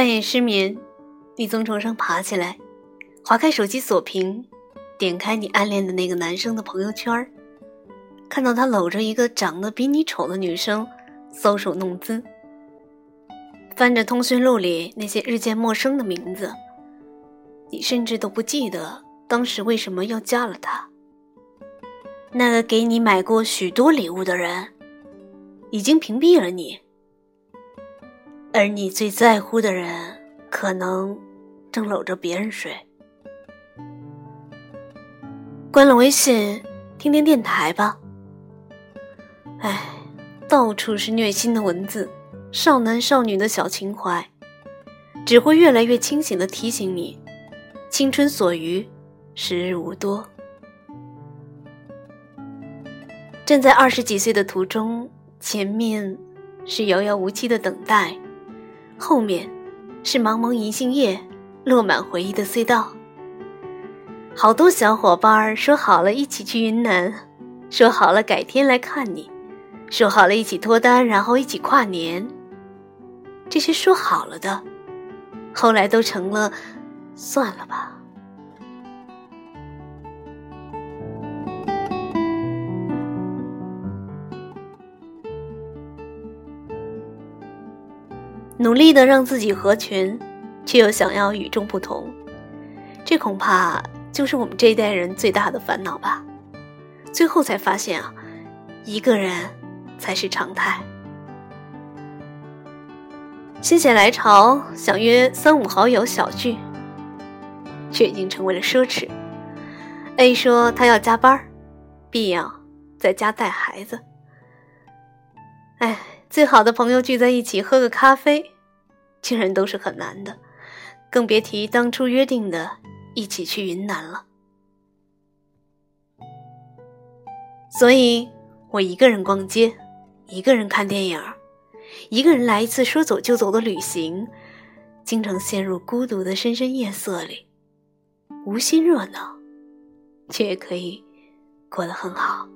半夜失眠，你从床上爬起来，划开手机锁屏，点开你暗恋的那个男生的朋友圈，看到他搂着一个长得比你丑的女生搔首弄姿，翻着通讯录里那些日渐陌生的名字，你甚至都不记得当时为什么要加了他。那个给你买过许多礼物的人已经屏蔽了你，而你最在乎的人可能正搂着别人睡。关了微信，听听电台吧。到处是虐心的文字，少男少女的小情怀，只会越来越清醒地提醒你，青春所余，时日无多。站在20几岁的途中，前面是遥遥无期的等待，后面是茫茫银杏叶，落满回忆的隧道。好多小伙伴说好了一起去云南，说好了改天来看你，说好了一起脱单，然后一起跨年。这些说好了的，后来都成了算了吧。努力的让自己合群，却又想要与众不同，这恐怕就是我们这一代人最大的烦恼吧。最后才发现一个人才是常态。心血来潮想约3-5好友小聚，却已经成为了奢侈。A 说他要加班， B 要在家带孩子。最好的朋友聚在一起喝个咖啡，竟然都是很难的，更别提当初约定的一起去云南了。所以我一个人逛街，一个人看电影，一个人来一次说走就走的旅行，经常陷入孤独的深深夜色里，无心热闹，却也可以过得很好。